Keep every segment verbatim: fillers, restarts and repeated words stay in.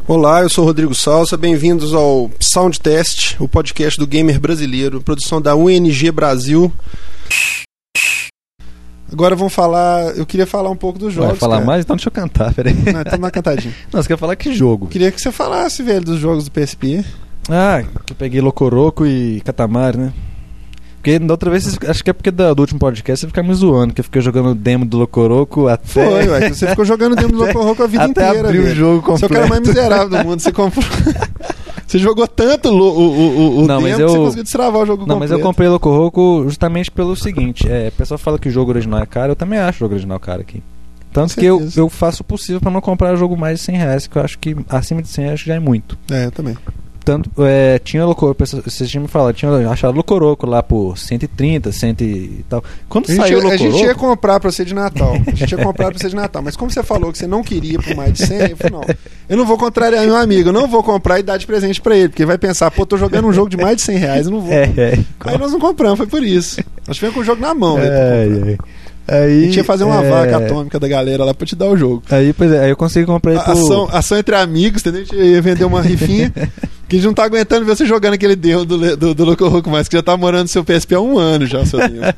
Olá, eu sou o Rodrigo Salsa, bem-vindos ao Soundtest, o podcast do gamer brasileiro, produção da U N G Brasil. Agora vamos falar, eu queria falar um pouco dos jogos. Vai falar cara. mais? Então deixa eu cantar, peraí. Não, então dá uma cantadinha. Não, você quer falar que jogo? Queria que você falasse, velho, dos jogos do P S P. Ah, que eu peguei Locoroco e Katamari, né? Porque da outra vez, acho que é porque do, do último podcast você fica me zoando, que eu fiquei jogando o demo do Locoroco até... Foi, ué, você ficou jogando o demo do Locoroco a vida até inteira, abrir velho. o jogo completo. Você é o cara mais miserável do mundo, você comprou... Você jogou tanto o, o, o, o não, demo mas que eu... você conseguiu destravar o jogo não, completo. Não, mas eu comprei Locoroco justamente pelo seguinte, é, o pessoal fala que o jogo original é caro, eu também acho o jogo original caro aqui. Tanto que eu, eu faço o possível pra não comprar jogo mais de cem reais, que eu acho que acima de cem reais já é muito. É, eu também. Tanto, é, tinha Locoroco, vocês tinham me falado, tinha achado Locoroco lá por cento e trinta, cem e tal. Quando a saiu o Locoroco... A gente ia comprar pra você de Natal. A gente ia comprar pra você de Natal. Mas como você falou que você não queria por mais de cem, eu falei, não, eu não vou contrariar meu amigo, eu não vou comprar e dar de presente pra ele, porque vai pensar, pô, tô jogando um jogo de mais de cem reais, eu não vou. É, é. Aí nós não compramos, foi por isso. Nós tivemos com o jogo na mão. É, aí, é. Aí, a gente ia fazer uma é... vaca atômica da galera lá pra te dar o jogo. Aí, pois é, aí eu consegui comprar ele por... ação, ação entre amigos, entendeu? A gente ia vender uma rifinha, que a gente não tá aguentando ver você jogando aquele demo do, do, do Locoroco mais, que já tá morando no seu P S P há um ano já, seu Deus.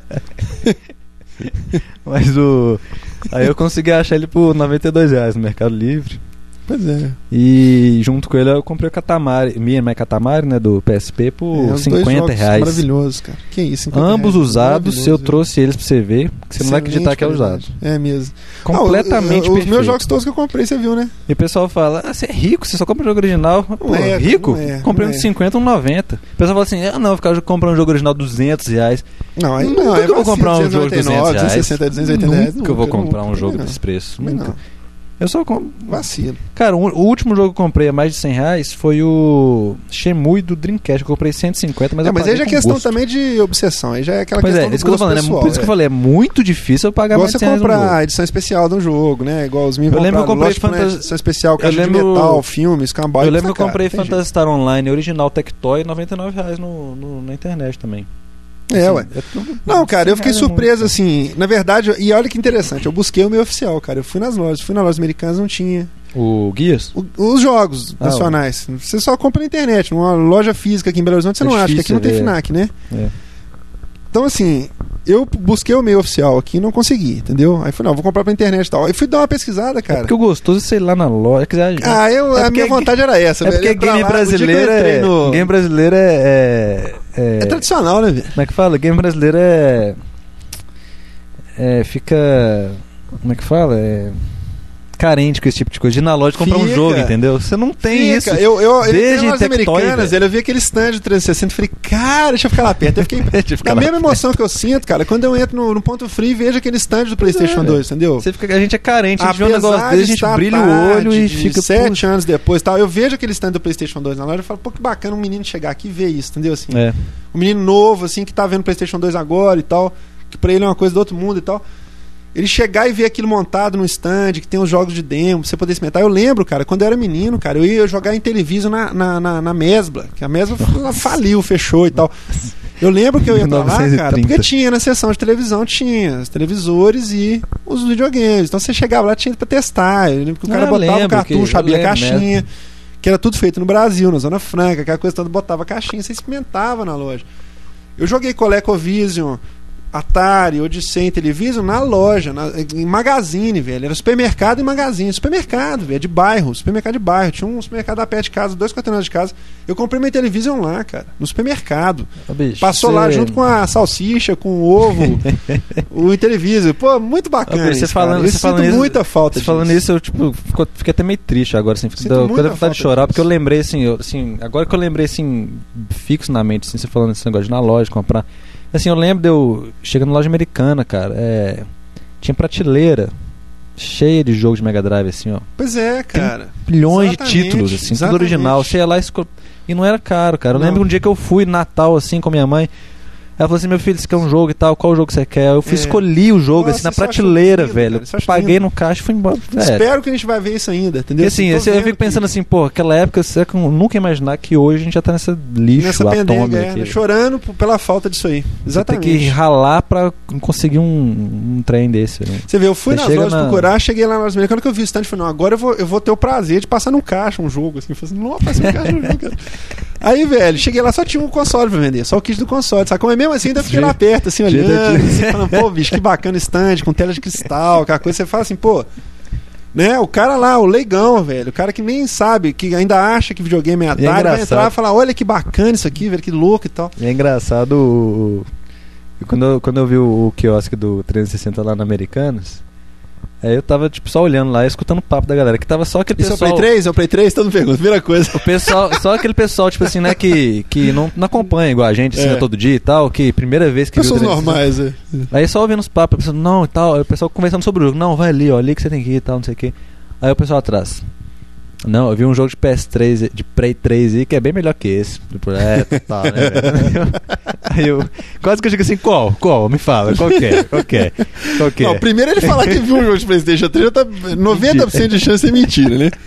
Mas o... Aí eu consegui achar ele por noventa e dois reais no Mercado Livre. Pois é. E junto com ele eu comprei o Katamari, Mia My Katamari, né, do P S P por é, cinquenta reais. Maravilhoso, cara. Que isso, ambos reais, usados, eu trouxe eles pra você ver, que você não vai acreditar que é usado. É mesmo. Completamente ah, o, o, perfeito. Os meus jogos todos que eu comprei, você viu, né? E o pessoal fala, ah, você é rico, você só compra o jogo original. Pô, não é, rico? Não é, comprei não um é. de cinquenta, um noventa. O pessoal fala assim, ah não, vou ficar comprando um jogo original duzentos reais. Não, aí não, não. É eu vou comprar um jogo de duzentos reais. duzentos e sessenta, duzentos e oitenta reais. Nunca eu vou comprar um jogo desse preço. Nunca. Eu só compro. Vacilo. Cara, o, o último jogo que eu comprei a mais de cem reais foi o Shenmue do Dreamcast. Eu comprei cento e cinquenta, mas é, eu mas aí já é questão gosto. também de obsessão. Aí já é aquela pois questão é, do isso que eu tô falando. pessoal, É, por isso é. que eu falei, é muito difícil eu pagar igual mais de cem reais. Você comprar a edição especial de um jogo, né? Igual os meninos Eu lembro que eu comprei Fantasy... edição especial, caixa lembro... de metal, filmes, cambal. Eu lembro que eu comprei cara, Phantasy Star Online original Tectoy, noventa e nove reais no, no, na internet também. É, assim, ué. É tudo... Não, cara, eu fiquei surpreso, é assim, na verdade, e olha que interessante, eu busquei o meu oficial, cara, eu fui nas lojas, fui nas lojas americanas, não tinha. O Guias? O, os jogos ah, nacionais. Ó. Você só compra na internet, numa loja física aqui em Belo Horizonte, você é não acha, porque aqui não tem é. FNAC, né? É. Então, assim, eu busquei o meu oficial aqui e não consegui, entendeu? Aí falei, não, vou comprar pra internet e tal. Aí fui dar uma pesquisada, cara. É porque o gostoso é sei lá na loja. Ah, eu, é a minha vontade era essa. É porque velho, game lá, brasileiro é... No... Game brasileiro é... É, é tradicional, né, velho? Como é que fala? Game brasileiro é... É... Fica... Como é que fala? É... carente com esse tipo de coisa. De ir na loja comprar Fica. um jogo, entendeu? Você não tem Fica. isso. Eu, eu, Desde nas americanas, eu vi aquele stand do trezentos e sessenta e falei, cara, deixa eu ficar lá perto. Eu fiquei a mesma emoção que eu sinto, cara, quando eu entro no, no ponto free e vejo aquele stand do PlayStation é, dois, entendeu? Você fica, a gente é carente, a gente Apesar vê um negócio desse, a gente brilha o olho e fica... Sete por... anos depois, tal, eu vejo aquele stand do PlayStation dois na loja e falo, pô, que bacana um menino chegar aqui e ver isso, entendeu? Assim, é. Um menino novo, assim, que tá vendo PlayStation dois agora e tal, que pra ele é uma coisa do outro mundo e tal. Ele chegar e ver aquilo montado no stand, que tem os jogos de demo, pra você poder experimentar. Eu lembro, cara, quando eu era menino, cara, eu ia jogar em televisão na, na, na, na Mesbla, que a Mesbla faliu, fechou e tal. Eu lembro que eu ia pra lá, cara, porque tinha na seção de televisão, tinha os televisores e os videogames. Então você chegava lá, tinha pra testar. Eu lembro que o cara ah, botava o cartucho, abria a caixinha, mesmo. Que era tudo feito no Brasil, na Zona Franca, aquela coisa toda, botava a caixinha, você experimentava na loja. Eu joguei ColecoVision, Atari, Odyssey, Television na loja, na, em magazine, velho. Era supermercado e magazine. Supermercado, velho, de bairro. Supermercado de bairro. Tinha um supermercado da perto de casa, dois quarteirões de casa. Eu comprei minha Television lá, cara, no supermercado. Ô, bicho, Passou você... lá junto com a salsicha, com o ovo, o Intellivision. Pô, muito bacana. Ô, bicho, você isso, falando, cara. Eu você sinto falando muita isso, falta você disso. falando isso, eu tipo, fico, fiquei até meio triste agora, assim. Fico da, quando eu vontade de chorar, disso. Porque eu lembrei, assim, eu, assim, agora que eu lembrei, assim, fixo na mente, assim, você falando esse negócio de ir na loja, comprar. Assim, eu lembro de eu chegando na loja americana, cara, é, tinha prateleira cheia de jogos de Mega Drive, assim, ó. Pois é, cara. Tem milhões exatamente, de títulos, assim, exatamente. Tudo original. Você ia lá esco... e não era caro, cara. Eu não. lembro um dia que eu fui, Natal, assim, com minha mãe, Ela falou assim, meu filho, você quer um jogo e tal, qual jogo você quer? Eu fui, é. escolhi o jogo, Nossa, assim, na prateleira, lindo, velho. Paguei no caixa e fui embora. Espero que a gente vai ver isso ainda, entendeu? Porque assim, assim eu fico pensando que... assim, pô, aquela época, você nunca imaginar que hoje a gente já tá nessa lixo nessa atômica. É, né? Chorando pela falta disso aí. Exatamente. Você tem que ralar pra conseguir um, um trem desse. Né? Você vê, eu fui você nas lojas na... procurar, cheguei lá nas lojas americanas, que eu vi o stand e falei, não, agora eu vou, eu vou ter o prazer de passar no caixa um jogo. Assim, eu falei assim, não, passar no caixa um jogo, cara. Aí, velho, cheguei lá, só tinha um console pra vender, só o kit do console, sacou? Mas mesmo assim, ainda fiquei lá perto, assim, olhando, assim, falando, pô, bicho, que bacana stand, com tela de cristal, aquela coisa, você fala assim, pô, né, o cara lá, o leigão, velho, o cara que nem sabe, que ainda acha que videogame é Atari, é vai entrar e falar, olha que bacana isso aqui, velho, que louco e tal. É engraçado, o... quando, eu, quando eu vi o, o quiosque do trezentos e sessenta lá na Americanas, aí eu tava, tipo, só olhando lá, escutando o papo da galera, que tava só aquele Isso pessoal... Isso é o Play três? É o Play três? Todo mundo pergunta, primeira coisa. O pessoal, só aquele pessoal, tipo assim, né, que, que não, não acompanha igual a gente, assim, é. todo dia e tal, que primeira vez que Pessoas viu... Pessoas normais, é. Aí só ouvindo os papos, pensando, não, e tal, aí o pessoal conversando sobre o jogo, não, vai ali, ó, ali que você tem que ir e tal, não sei o quê. Aí o pessoal atrás... Não, eu vi um jogo de P S três, de Play três aí, que é bem melhor que esse. É, total, né, velho? Aí eu quase que eu digo assim, qual? Qual? Me fala, qual que é? Qual que é? Qual que é? Não, primeiro ele falar que viu um jogo de PlayStation três, já tá noventa por cento de chance de mentira, né?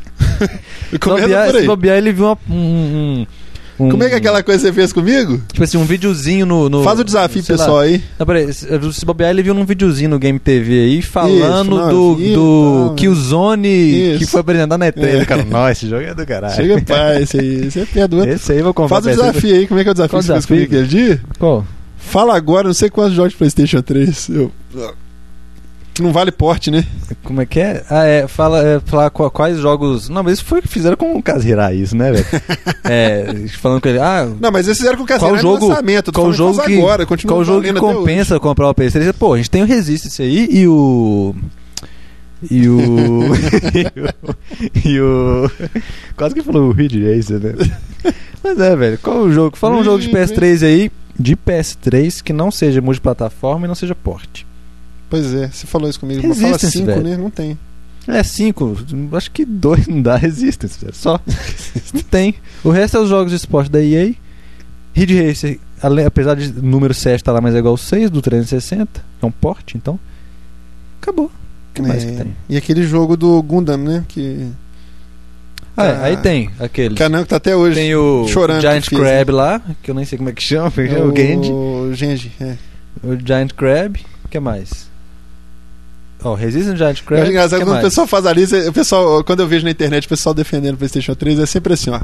Se bobear, ele viu uma, um... Um... Como é que é aquela coisa que você fez comigo? Tipo assim, um videozinho no... no Faz o desafio pessoal lá. Aí. Não, peraí, se bobear, ele viu num videozinho no Game T V aí, falando Isso, do, vi, do tá, Killzone Isso. que foi apresentado na E três. É. Cara, nossa, esse jogo é do caralho. Chega pai, esse aí, esse é perdoa. Esse aí eu vou comprar. Faz o desafio aí, como é que é o desafio Qual que você desafio? fez comigo aquele dia? Qual? Fala agora, não sei quantos jogos de PlayStation três. Eu... Não vale porte, né? Como é que é? Ah, é, fala, é, falar quais jogos... Não, mas isso foi o que fizeram com o Kazhirai, isso, né, velho? É, falando com ele... Ah, não, mas eles fizeram com o Kazhirai no lançamento. Qual jogo que, agora, qual o jogo que compensa comprar o P S três? Pô, a gente tem o Resistance aí e o... E o... e o... Quase que falou o Ridge Racer, né? Mas é, velho. Qual o jogo? Fala um jogo de P S três aí, de P S três, que não seja multiplataforma e não seja porte. Pois é, você falou isso comigo. Mas fala cinco, né? Não tem. É, cinco. Acho que dois não dá Resistance, velho. Só. Não tem. O resto é os jogos de esporte da E A. Ridge Racer, apesar de número sete tá lá, mas é igual ao seis do trezentos e sessenta. É um porte, então. Acabou. O que é, mais que tem? E aquele jogo do Gundam, né? Que... Ah, é, aí tem aquele. Canão que tá até hoje tem o chorando. Giant Crab lá, que eu nem sei como é que chama. É o, o Genji. O Genji, é. O Giant Crab. O que mais? Ó, oh, Resistance Giant Crab. Eu acho engraçado quando mais? o pessoal faz a lista, o pessoal, quando eu vejo na internet o pessoal defendendo o PlayStation três, é sempre assim, ó.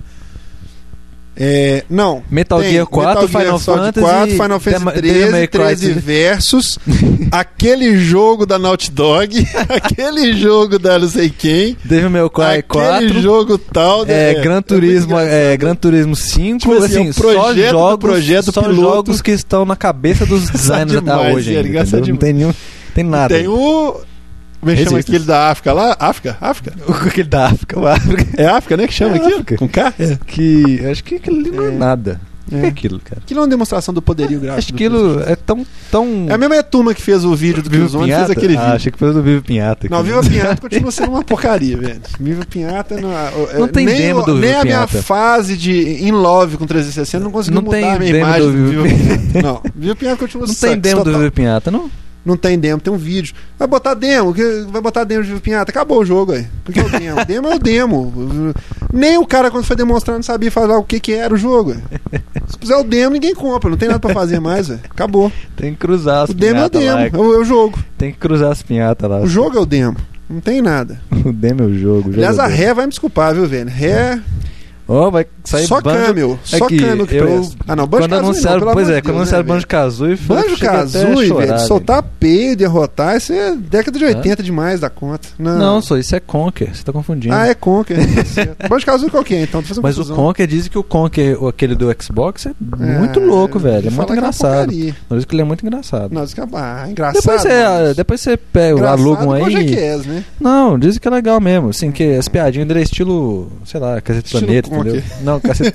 É, não. Metal tem, Gear quatro, Metal Final Gear Fantasy quatro, Final Fantasy treze, treze versus aquele jogo da Naughty Dog, aquele jogo da não sei quem, Devil May Cry quatro, aquele jogo tal, é, é, Gran Turismo, é, é, Gran Turismo cinco, tipo assim, assim só jogos, projeto só jogos que estão na cabeça dos designers até hoje. É, ainda, não tem nenhum, tem nada. Tem o Como é que chama aquele da África lá? África? África? Aquele da África, o África. É África, né? Que chama é aquilo? África. Com K? É. Que acho que aquilo ali não é, é nada. O é. que é aquilo, cara? Aquilo é uma demonstração do poderio gráfico. Acho que aquilo é tão, tão... É a mesma turma que fez o vídeo do Killzone, fez aquele vídeo. Ah, achei que foi do Viva Pinhata. Não, Viva Pinhata continua sendo uma porcaria, velho. Viva Pinhata... Não, não tem nem demo do Viva Nem a minha Pinhata. fase de In Love com trezentos e sessenta não conseguiu não mudar a minha imagem do Viva Pinhata. Não, Viva Pinhata continua Não tem demo total. do Viva Pinhata, não? Não tem demo, tem um vídeo. Vai botar demo, vai botar demo de Viva Pinhata. Acabou o jogo aí. Porque é o demo. Demo é o demo. Nem o cara, quando foi demonstrar, não sabia falar o que, que era o jogo. Véio. Se puser o demo, ninguém compra. Não tem nada pra fazer mais, véio. Acabou. Tem que cruzar as O demo é o demo, lá. é, o, é o jogo. Tem que cruzar as pinhatas lá. O jogo é o demo. Não tem nada. O demo é o jogo. O Aliás, jogo a Ré vai me desculpar, viu, velho? Ré. Oh, vai sair só banjo... Camel, só Aqui, Camel que eu... presta. Ah, não, Banjo quando Kazooie não, Pois é, Deus, quando anunciaram né, Banjo Kazooie, Banjo Kazooie, velho, soltar peio, derrotar, isso é década de oitenta ah? demais da conta. Não, não só isso é Conker, você tá confundindo. Ah, é Conker. Banjo Kazooie qual que é, então? Tô fazendo Mas confusão. o Conker diz que o Conker, aquele do Xbox, é muito é, louco, velho. É muito engraçado. É não diz que ele é muito engraçado. Não, diz que é ah, engraçado. Depois você, depois você pega, aluga um aí. Jaquez, né? Não, diz que é legal mesmo. Assim, que as piadinhas dele é estilo, sei lá, Cacete Planeta, entendeu? Não, Cacete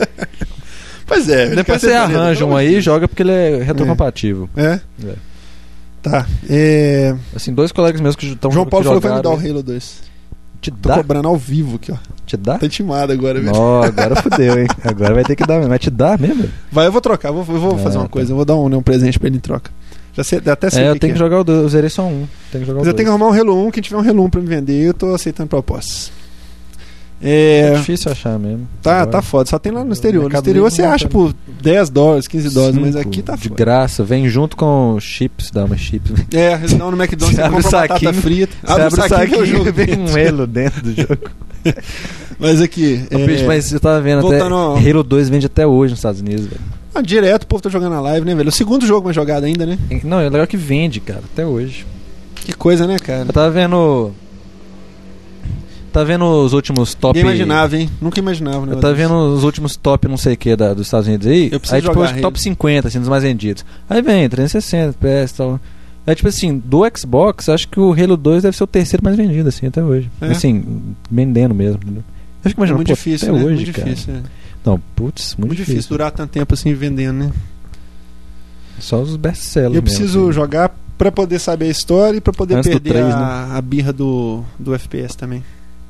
Pois é. Depois você arranja um aí e joga porque ele é retrocompatível. É? É. Tá. É... Assim, dois colegas meus que estão João Paulo que falou que vai me dar o aí. Halo dois. Te Tô dá? cobrando ao vivo aqui, ó. Te te dar? Tá intimado agora, velho. Ó, agora fodeu, hein? Agora vai ter que dar mesmo. Vai te dar mesmo? Vai, eu vou trocar. Eu vou, eu vou é, fazer uma tá. coisa. Eu vou dar um, né, um presente pra ele em troca. Já sei, até sei É, que eu tenho que, que jogar o dois. Eu zerei só um. Tenho que jogar Mas o eu tenho que arrumar um Halo um. Quem tiver um Halo um pra me vender, eu tô aceitando propostas. É, é difícil achar mesmo. Tá, agora. Tá foda. Só tem lá no exterior. No exterior você acha por dez dólares, quinze dólares, mas aqui tá de foda. graça. Vem junto com chips, dá uma chips. É, eles dão no McDonald's, você, você compra batata frita. Você abre o saquinho, saquinho vem um Halo dentro do jogo. Mas aqui... Ô, é... bicho, mas eu tava vendo até... Ao... Halo dois vende até hoje nos Estados Unidos, velho. Ah, direto o povo tá jogando na live, né, velho? O segundo jogo mais jogado ainda, né? Não, é legal que vende, cara, até hoje. Que coisa, né, cara? Eu tava vendo... Tá vendo os últimos top... Ninguém imaginava, hein? Nunca imaginava, né? Eu tava vendo os últimos top não sei o que da, dos Estados Unidos aí. Eu preciso aí, tipo, jogar top cinquenta, assim, dos mais vendidos. Aí vem trezentos e sessenta F P S e tal. Aí, tipo assim, do Xbox, acho que o Halo dois deve ser o terceiro mais vendido, assim, até hoje. É? Assim, vendendo mesmo, entendeu? Eu fico imaginando, é muito pô, difícil, até né? hoje, muito cara. difícil, é. Não, putz, muito, muito difícil. difícil durar tanto tempo assim vendendo, né? Só os best-sellers. Eu preciso mesmo, assim. jogar pra poder saber a história e pra poder Antes perder três, a, né? a birra do, do F P S também.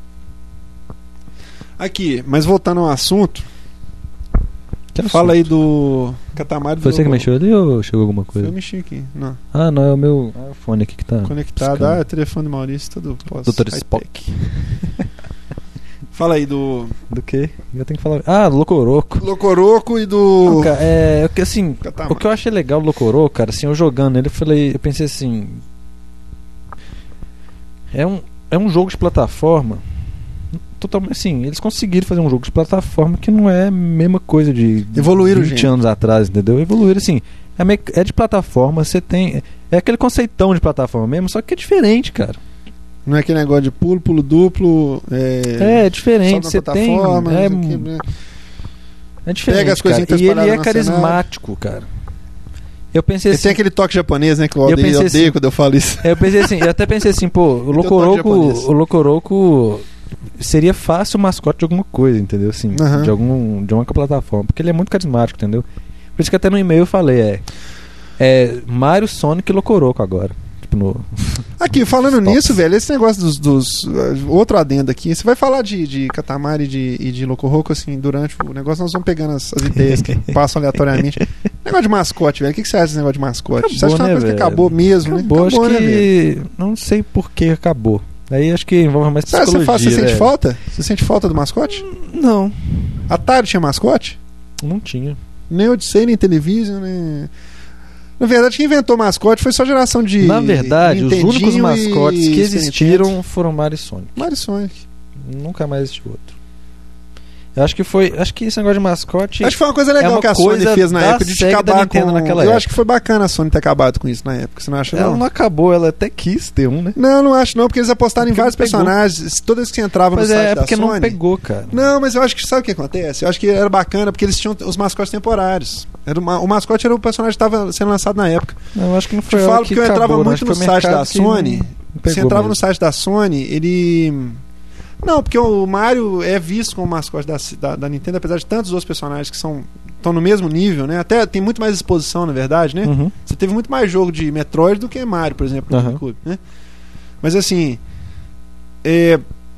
Aqui, mas voltando ao assunto, que fala assunto? Aí do Katamari. Foi do você que mexeu ali ou chegou alguma coisa? Eu mexi aqui, não. Ah, não, é o meu é o fone aqui que tá conectado. Piscando. Ah, é o telefone do Maurício, todo pós. doutor Spock. Fala aí do... Do que? Eu tenho que falar... Ah, do Locoroco. Locoroco e do... Não, cara, é... Assim, Katamari. O que eu achei legal do Locoroco, cara, assim, eu jogando ele, eu falei... Eu pensei assim... É um, é um jogo de plataforma... Totalmente, assim, eles conseguiram fazer um jogo de plataforma que não é a mesma coisa de... Evoluíram, vinte gente. anos atrás, entendeu? Evoluíram, assim... É, meio, é de plataforma, você tem... É aquele conceitão de plataforma mesmo, só que é diferente, cara. Não é aquele negócio de pulo, pulo duplo. É, é diferente. Você tem. É, aqui, é diferente. Pega as coisas cara. E ele é carismático, cenário. Cara. Eu pensei ele assim. Tem aquele toque japonês, né? Que eu odeio, eu odeio assim, quando eu falo isso. Eu pensei assim, eu até pensei assim, pô, o Locoroco, o Locoroco seria fácil o mascote de alguma coisa, entendeu? Assim, uhum. de, algum, de uma plataforma. Porque ele é muito carismático, entendeu? Por isso que até no e-mail eu falei, é. É Mario, Sonic e Locoroco agora. No... Aqui, falando nisso, velho, esse negócio dos, dos uh, outro adendo aqui, você vai falar de, de Katamari e de, e de Locoroco, assim, durante o negócio, nós vamos pegando as, as ideias que passam aleatoriamente. Negócio de mascote, velho, o que, que você acha desse negócio de mascote? Acabou, você acha que é uma né, coisa velho? que acabou mesmo, acabou, né? Acabou, acho né, que... velho? Não sei por que acabou. Aí acho que envolve mais Sabe, psicologia. Você, faz, você velho. sente falta? Você sente falta do mascote? Não. Atari tinha mascote? Não tinha. Nem Odyssey, nem Television, nem... Na verdade, quem inventou mascote foi só geração de... Na verdade, os únicos mascotes e... que existiram foram Mario e Sonic. Mario e Sonic. Nunca mais existiu outro. Eu acho que foi... Acho que esse negócio de mascote... Acho que foi uma coisa legal é uma que a Sony fez na época de te acabar com... Naquela eu época. acho que foi bacana a Sony ter acabado com isso na época. Você não acha, ela não? não acabou, ela até quis ter um, né? Não, não acho não, porque eles apostaram porque em vários personagens. Toda vez que você entrava mas no site é, da porque Sony... não pegou, cara. Não, mas eu acho que... Sabe o que acontece? Eu acho que era bacana porque eles tinham os mascotes temporários. Era uma, o mascote era o personagem que estava sendo lançado na época. Não, eu acho que não foi Te falo que eu entrava acabou, muito no site da Sony. Você entrava mesmo. no site da Sony, ele... Não, porque o Mario é visto como mascote da, da, da Nintendo, apesar de tantos outros personagens que são estão no mesmo nível, né? Até tem muito mais exposição, na verdade, né? Uhum. Você teve muito mais jogo de Metroid do que Mario, por exemplo, no uhum. GameCube, né? Mas assim, é,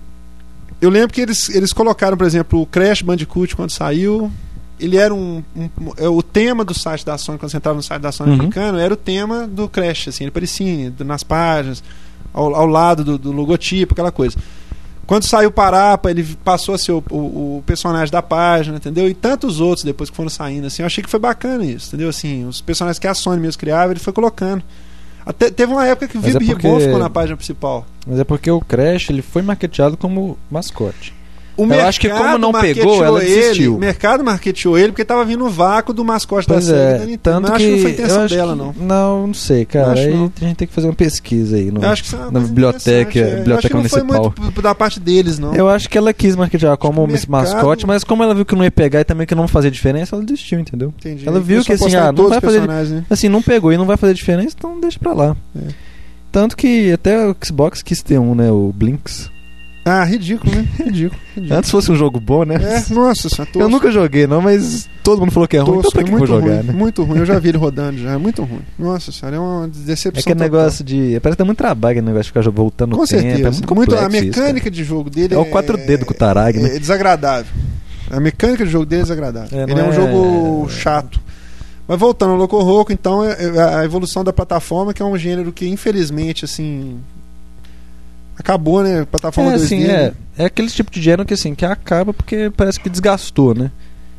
eu lembro que eles, eles colocaram, por exemplo, o Crash Bandicoot quando saiu. Ele era um, um, um o tema do site da Sony, quando você entrava no site da Sony uhum. americano, era o tema do Crash, assim, ele aparecia nas páginas, ao, ao lado do, do logotipo, aquela coisa. Quando saiu o Parapa, ele passou a ser o, o, o personagem da página, entendeu? E tantos outros depois que foram saindo, assim, eu achei que foi bacana isso, entendeu? Assim, os personagens que a Sony mesmo criava, ele foi colocando. Até teve uma época que o Vib é porque... Ribbon ficou na página principal. Mas é porque o Crash, ele foi marketeado como mascote. O eu acho que como não pegou, ela desistiu. Ele, o mercado marketeou ele porque estava vindo o vácuo do mascote pois da é, série da Nintendo. Tanto não acho que que não foi intenção dela, que, não. Não, não sei, cara. Aí não. a gente tem que fazer uma pesquisa aí no, eu acho que é na biblioteca, é. biblioteca eu acho que municipal. Não foi muito da parte deles, não. Eu acho que ela quis marketear como mercado... mascote, mas como ela viu que não ia pegar e também que não fazia diferença, ela desistiu, entendeu? Entendi. Ela viu que assim, ah, não vai fazer, né? assim, não pegou e não vai fazer diferença, então deixa pra lá. É. Tanto que até o Xbox quis ter um, né, o Blinks. Ah, ridículo, né? Ridículo, ridículo. Antes fosse um jogo bom, né? É, nossa senhora. Eu nunca joguei, não, mas todo mundo falou que é ruim, tosco, então pra que é eu muito vou jogar, ruim, né? muito ruim. Eu já vi ele rodando já, é muito ruim. Nossa senhora, é uma decepção. É aquele total. negócio de... Parece que dá muito trabalho aquele negócio de ficar voltando Com no tempo. certeza. É muito complexo A mecânica isso, de jogo dele é... É o quatro D do Kutaragi, é, né? é desagradável. A mecânica de jogo dele é desagradável. É, ele é um é... jogo chato. Mas voltando ao Locoroco, então, é a evolução da plataforma, que é um gênero que, infelizmente, assim... Acabou, né? Plataforma é, dois D. Assim, né? é, é aquele tipo de gênero que, assim, que acaba porque parece que desgastou, né?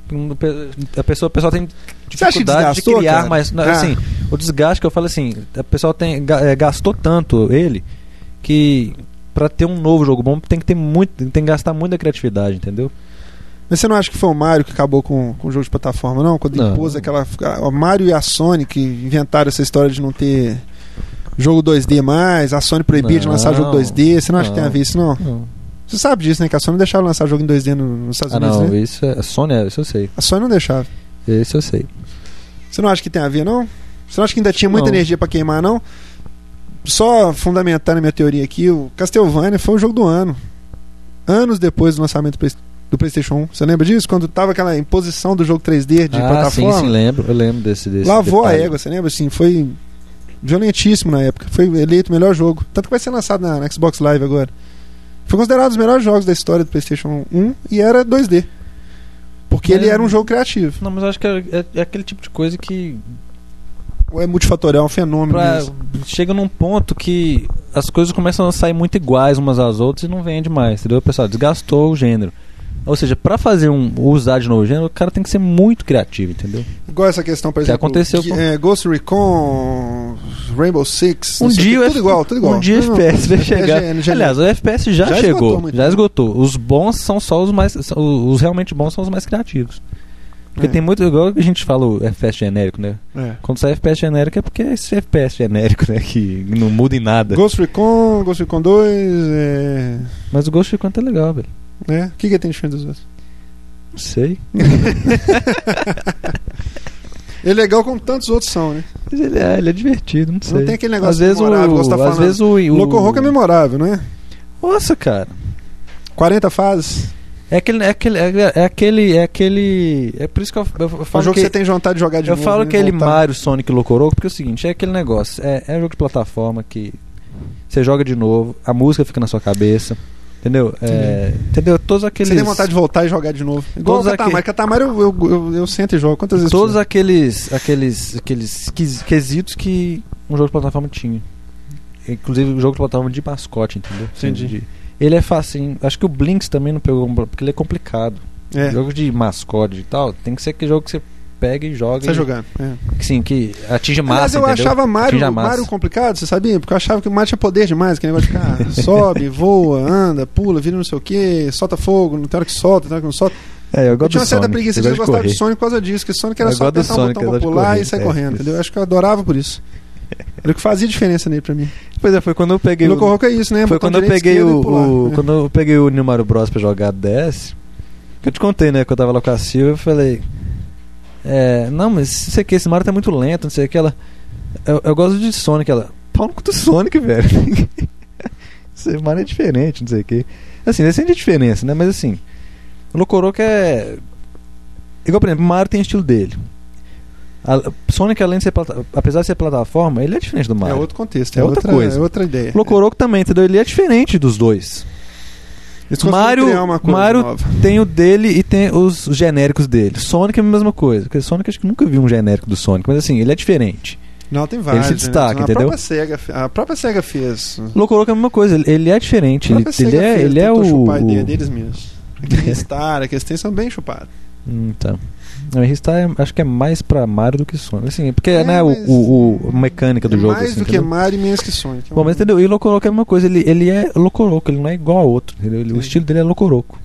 A pessoa, o pessoal tem dificuldade de criar, cara? mas Ah. assim, o desgaste que eu falo assim, a pessoa tem, gastou tanto ele que pra ter um novo jogo bom tem que ter muito, tem que gastar muita criatividade, entendeu? Mas você não acha que foi o Mario que acabou com, com o jogo de plataforma, não? Quando Não. impôs aquela... O Mario e a Sony que inventaram essa história de não ter jogo dois D mais, a Sony proibia de lançar jogo dois D. Você não acha não. que tem a ver isso, não? Não. Você sabe disso, né? Que a Sony não deixava lançar jogo em dois D no, nos Estados Ah, Unidos, não, né? isso é, a Sony, é, isso eu sei. A Sony não deixava. Isso eu sei. Você não acha que tem a ver, não? Você não acha que ainda tinha muita Não. energia pra queimar, não? Só fundamentando a minha teoria aqui, o Castlevania foi o jogo do ano. Anos depois do lançamento do, Play, do PlayStation um. Você lembra disso? Quando tava aquela imposição do jogo três D de ah, plataforma? sim, sim, lembro. Eu lembro desse, desse Lavou detalhe. a égua, você lembra? Assim, foi violentíssimo na época. Foi eleito o melhor jogo. Tanto que vai ser lançado na, na Xbox Live agora. Foi considerado um dos melhores jogos da história do PlayStation um e era dois D. Porque Mas- ele era um jogo criativo. Não, mas eu acho que é, é- é aquele tipo de coisa que Ou é multifatorial, é um fenômeno pra- mesmo. chega num ponto que as coisas começam a sair muito iguais umas às outras e não vende mais, entendeu? O pessoal desgastou o gênero. Ou seja, pra fazer um usar de novo o gênero, o cara tem que ser muito criativo, entendeu? Igual essa questão, por Que exemplo, aconteceu que, com- é, Ghost Recon, Rainbow Six, Um não sei o dia que, o tudo F- igual, tudo igual. Um dia o Não, F P S vai é chegar. gê- gê- Aliás, o F P S já, Já chegou, esgotou muito já tempo. esgotou. Os bons são só os mais, são- os realmente bons são os mais criativos. Porque É. tem muito, igual a gente fala o F P S genérico, né? é. Quando sai F P S genérico é porque é esse F P S genérico, né? Que não muda em nada. Ghost Recon, Ghost Recon dois, é... Mas o Ghost Recon tá legal, velho. né? O que, que tem diferente dos outros? Não sei. Ele é legal como tantos outros são, né? Mas ele é, ele é divertido, não sei. Não tem aquele negócio às vezes memorável, igual o, você tá às falando. vezes o, O o Loco Roco é memorável, não é? Nossa, cara. quarenta fases. É aquele, é aquele, é, é aquele, é aquele, é por isso que eu, eu, eu É um falo jogo que que você tem vontade de jogar de eu novo. falo né? que ele Voltar. Mario, Sonic e Locoroco, porque é o seguinte, é aquele negócio, é, é um jogo de plataforma que você joga de novo, a música fica na sua cabeça, entendeu? É, entendeu? Todos aqueles Você tem vontade de voltar e jogar de novo. Igual o Todos Katamari. aqui- Katamari eu, eu, eu, eu sento e jogo. Quantas vezes? todos você- aqueles aqueles aqueles quis- quesitos que um jogo de plataforma tinha. Inclusive o jogo de plataforma de mascote, entendeu? Entendi. De- ele é facinho. Acho que o Blinks também não pegou, porque ele é complicado. É, Jogo de mascote e tal, tem que ser aquele jogo que você pega e joga. você e, jogando. É. que, sim, que atinge Aliás, massa, eu entendeu? achava Mario, Atinge a massa. Mario complicado, você sabia? Porque eu achava que o Mario tinha poder demais, aquele negócio de ficar sobe, voa, anda, pula, vira não sei o que, solta fogo, não tem hora que solta, tem hora que não solta. É, eu Eu gosto tinha do uma certa Sonic, preguiça eu de gosto gostar correr. de Sonic por causa disso, que Sonic era Eu só gosto do apertar um Sonic, botão eu pra gosto de pular correr, e sair é, correndo, isso. entendeu? Eu acho que eu adorava por isso. Era o que fazia diferença nele pra mim. Pois é, foi quando eu peguei E o o... Loco Roco é isso, né? Foi Botão quando eu direito, peguei esquerdo o, e pular, o- né? quando eu peguei o New Mario Bros pra jogar D S, que eu te contei, né, que eu tava lá com a Silvia, eu falei, é, não, mas isso aqui, esse Mario tá muito lento, não sei o que, ela, eu, eu gosto de Sonic, ela, pau no cu do Sonic, velho. Esse Mario é diferente, não sei o que. Assim, ele sente a diferença, né, mas assim, o Locoroco é, igual, por exemplo, o Mario tem o estilo dele. A, Sonic, além de ser, plata- apesar de ser plataforma, ele é diferente do É Mario. outro contexto, É é, outra outra, coisa. é outra ideia. O Locoroco também, entendeu? Ele é diferente dos dois. Eles conseguiram Mario, criar uma coisa Mario nova. tem o dele e tem os genéricos dele. Sonic é a mesma coisa. Porque Sonic, acho que nunca vi um genérico do Sonic, mas assim, ele é diferente. Não, tem vários. se destaca, né? a entendeu? Própria Sega, fe- a própria Sega fez. O Locoroco é a mesma coisa, ele, ele é diferente. A Ele, própria ele Sega é, fez, ele é tentou o. chupar a ideia deles mesmos. Aquele Star, aqueles tem são bem chupados. Hum, tá. Não, Ristar é, acho que é mais pra Mario do que Sonic. Assim, porque É, né, o, mas- o, o- a mecânica do É jogo. mais assim, do que entendeu? Mario e menos que Sonic. É Bom, um- mas entendeu? E o Locoroco é a mesma coisa, ele, ele é Locoroco, ele não é igual ao outro. Entendeu? Ele- o Sim. estilo dele é Locoroco.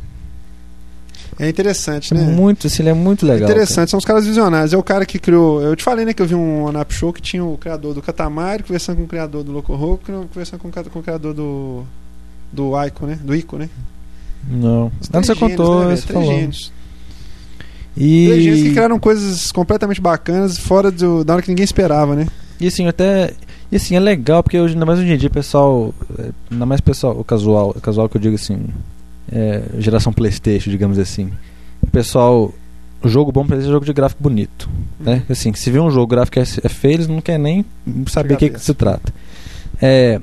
É interessante, É né? muito, assim, ele é muito legal. Interessante, são os caras visionários. É o cara que criou. Eu te falei, né, que eu vi um One-Up Show que tinha o criador do Katamari conversando com o criador do Loco Roco, conversando com o ca- com o criador do. Do Ico, né? Do Ico, né? Cara. Não. Os Antes você três gênios, contou, né, velho? você Três falou. gênios. E... Três gênios que criaram coisas completamente bacanas fora do, da hora que ninguém esperava, né? E assim, até. E assim, é legal porque hoje, ainda mais hoje em dia, pessoal, ainda mais pessoal, o casual, o casual que eu digo assim, é, geração PlayStation, digamos assim. O pessoal, o jogo bom pra eles é jogo de gráfico bonito, uhum. né? Assim, se vê um jogo gráfico é, é feio, eles não querem nem saber o que, que se trata. É,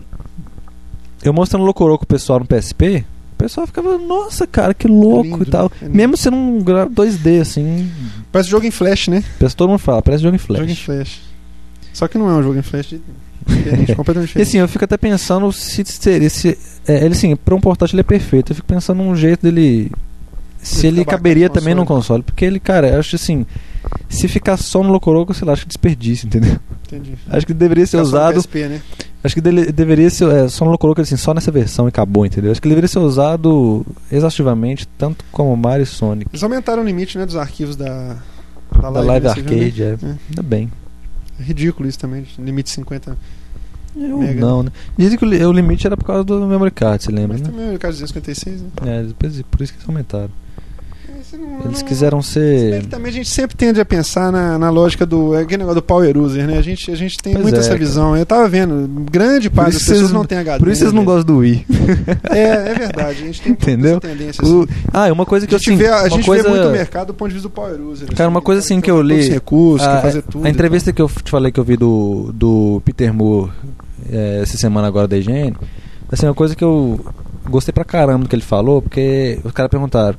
eu mostrando Locoroco pro pessoal no P S P, o pessoal ficava, nossa, cara, que louco lindo, e tal. É mesmo sendo um dois D, assim. Parece jogo em flash, né? Todo mundo fala, parece jogo em flash. Jogo em flash. Só que não é um jogo em flash de... diferente, completamente diferente. E assim, eu fico até pensando se seria. Se, é, ele, assim, pra um portátil ele é perfeito. Eu fico pensando num jeito dele. Se ele, ele caberia também num console. Porque ele, cara, eu acho assim. Se ficar só no Locoroco, sei lá, acho que desperdício, entendeu? Entendi. Acho que deveria ser ficar usado. Só no P S P, né? Acho que dele, deveria ser. É, só no Locoroco, assim, só nessa versão e acabou, entendeu? Acho que ele deveria ser usado exaustivamente, tanto como Mario e Sonic. Eles aumentaram o limite, né, dos arquivos da. Da, da Live, live Arcade, é. é. Ainda bem. É ridículo isso também, limite cinquenta. Eu mega. Não, né? Dizem que o, o limite era por causa do memory card, você lembra? Mas né? também o memory card duzentos e cinquenta e seis, né? É, depois, por isso que eles aumentaram. Não, eles não, quiseram ser. Também a gente sempre tende a pensar na, na lógica do aquele negócio do power user, né? A gente, a gente tem pois muito é, essa cara. visão. Eu tava vendo, grande parte das pessoas não tem H D. Por isso vocês não gostam do Wii. É, é verdade. A gente tem entendeu? Essa tendência. O... Assim. Ah, é uma coisa que a gente, assim, vê, a gente coisa... vê muito o mercado do ponto de vista do power user. Cara, assim, uma coisa assim que eu li. Recursos, a, que fazer tudo a entrevista que eu te falei que eu vi do, do Peter Moore é, essa semana agora da I G N, assim, uma coisa que eu gostei pra caramba do que ele falou, porque os caras perguntaram.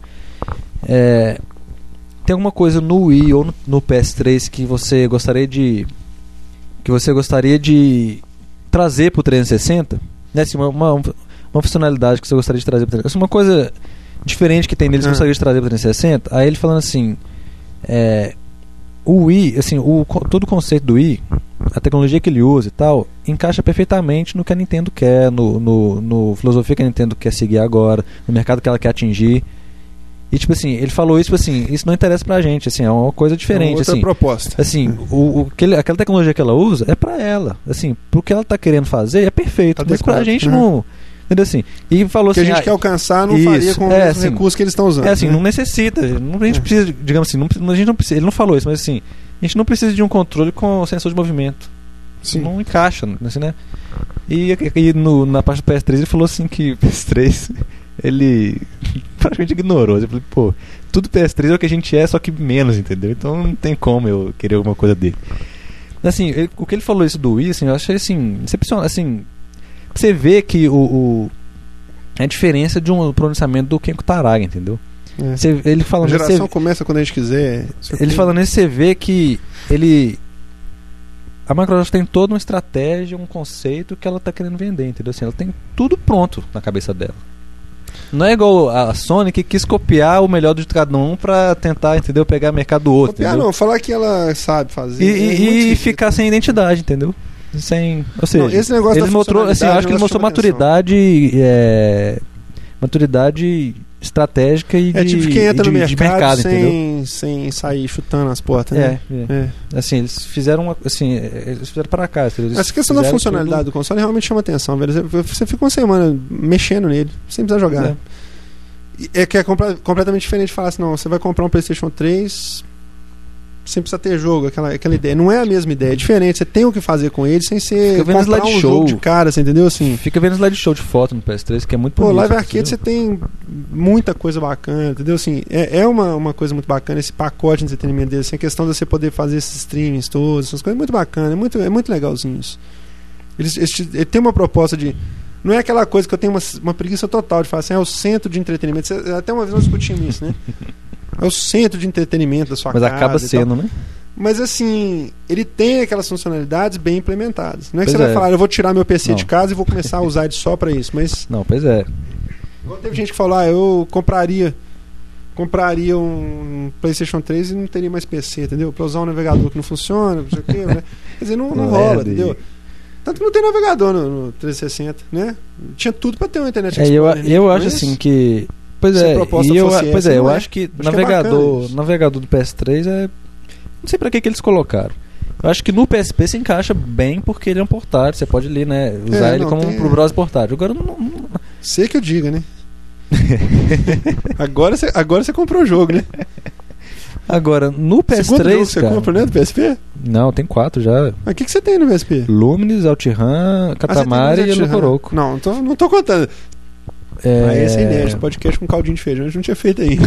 É, tem alguma coisa no Wii ou no, no P S três que você gostaria de que você gostaria de trazer pro trezentos e sessenta? Né, assim, uma, uma, uma funcionalidade que você gostaria de trazer pro trezentos e sessenta, uma coisa diferente que tem neles que você gostaria de trazer pro trezentos e sessenta. Aí ele falando assim, é, o Wii, assim, o, todo o conceito do Wii, a tecnologia que ele usa e tal, encaixa perfeitamente no que a Nintendo quer, no, no, no filosofia que a Nintendo quer seguir agora, no mercado que ela quer atingir. E tipo assim, ele falou isso, tipo assim, isso não interessa pra gente, assim, é uma coisa diferente, é uma outra assim, proposta. Assim, o, o, aquele, aquela tecnologia que ela usa é pra ela, assim, pro que ela tá querendo fazer é perfeito, mas pra gente né? não, entendeu assim? E falou que assim, a gente ah, quer alcançar não isso, faria com é, os assim, recursos que eles estão usando. É assim, né? não necessita, não, a gente é. precisa, digamos assim, não, a gente não precisa, ele não falou isso, mas assim, a gente não precisa de um controle com sensor de movimento. Sim. Não encaixa, assim, né? E, e no, na parte do P S três ele falou assim que o P S três ele praticamente ignorou. Eu falei, pô, tudo P S três é o que a gente é, só que menos, entendeu? Então não tem como eu querer alguma coisa dele. Assim, ele, o que ele falou isso do Wii, assim, eu achei assim, excepcional, assim, você vê que o, o a diferença de um pronunciamento do Ken Kutaraga, entendeu? É. Você, ele falando a geração você, começa quando a gente quiser. Ele falando isso, você vê que ele a Microsoft tem toda uma estratégia, um conceito que ela está querendo vender, entendeu? Assim, ela tem tudo pronto na cabeça dela. Não é igual a Sony que quis copiar o melhor de cada um pra tentar, entendeu? Pegar o mercado do outro. Copiar entendeu? Não, falar que ela sabe fazer. E, e, e ficar sem identidade, entendeu? Sem, ou seja, não, esse negócio ele mostrou, assim, eu acho que ele mostrou maturidade, é, maturidade estratégica e é, de, tipo quem entra de, no mercado, de mercado, sem, entendeu? Sem sair chutando as portas, né? É, é. é. Assim, eles fizeram uma, assim, eles fizeram para cá. Eles Essa questão da funcionalidade tudo... do console realmente chama atenção, velho. Você fica uma semana mexendo nele, sem precisar jogar. É, é que é compl- completamente diferente de falar assim, não, você vai comprar um PlayStation três sem precisar ter jogo, aquela, aquela ideia. Não é a mesma ideia, é diferente. Você tem o que fazer com ele sem ser comprar um show. jogo de cara, você entendeu? Assim, fica vendo slideshow de foto no P S três, que é muito bonito. Pô, Live Arcade você tem muita coisa bacana, entendeu? Assim, é, é uma, uma coisa muito bacana esse pacote de entretenimento dele, assim, a questão de você poder fazer esses streamings todos, essas coisas, é muito bacana, é muito, é muito legalzinho isso. Eles, eles, ele tem uma proposta de... Não é aquela coisa que eu tenho uma, uma preguiça total de falar assim, é o centro de entretenimento. Você, até uma vez nós discutimos isso, né? É o centro de entretenimento da sua Mas casa. Mas acaba sendo, né? Mas assim, ele tem aquelas funcionalidades bem implementadas. Não é que pois você é. vai falar, eu vou tirar meu P C não. de casa e vou começar a usar ele só pra isso. Mas. Não, pois é. Igual teve gente que falou, ah, eu compraria. Compraria um PlayStation três e não teria mais P C, entendeu? Pra usar um navegador que não funciona, não sei o quê, né? Quer dizer, não, não rola, entendeu? Tanto que não tem navegador no, no trezentos e sessenta, né? Tinha tudo pra ter uma internet é, Explorer. Eu, eu acho assim que. Pois é, e eu, pois é, eu é. acho que acho navegador, que é navegador do P S três é. Não sei pra que, que eles colocaram. Eu acho que no P S P se encaixa bem porque ele é um portátil. Você pode ler, né? Usar é, ele como tem... pro browser portátil. Agora não. não... Sei que eu diga, né? agora você agora você comprou o jogo, né? Agora, no P S três, segundo jogo que você cara, compra, né, do P S P? Não, tem quatro já. Mas o que, que você tem no P S P? Luminis, Altiran, Katamari ah, e Locoroco. Não, não tô, não tô contando. É... Ah, esse é inédito, podcast com caldinho de feijão, a gente não tinha feito ainda.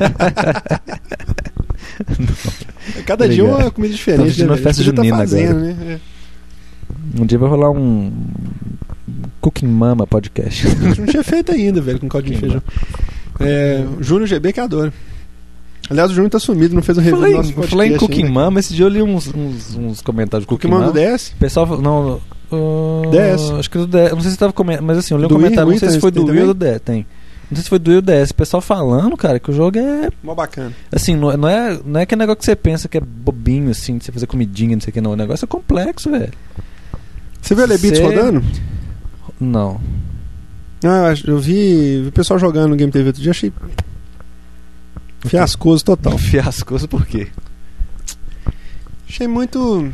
Cada dia uma comida diferente. Tá uma festa junina tá fazendo, agora. Né? Um dia vai rolar um Cooking Mama podcast. A gente não tinha feito ainda, velho, com caldinho de feijão. É, Júnior G B que adora. Aliás, o Júnior tá sumido, não fez um review do nosso podcast. Falei em Cooking ainda. Mama, esse dia eu li uns, uns, uns comentários do Cooking, Cooking Mama Mama do D S? O pessoal não... Uh, D S? Acho que do D S. Não sei se tava comentando, mas assim, eu li um do comentário, Wii, não sei se foi do Wii ou do D S. Tem. Não sei se foi do Wii ou do D S. O pessoal falando, cara, que o jogo é... Mó bacana. Assim, não, não, é, não é aquele negócio que você pensa que é bobinho, assim, de você fazer comidinha, não sei o que, não. O negócio é complexo, velho. Você viu o Lebits Cê... rodando? Não. Ah, eu vi, vi o pessoal jogando no Game T V outro dia, achei fiascoso total. Fiascoso por quê? Achei muito...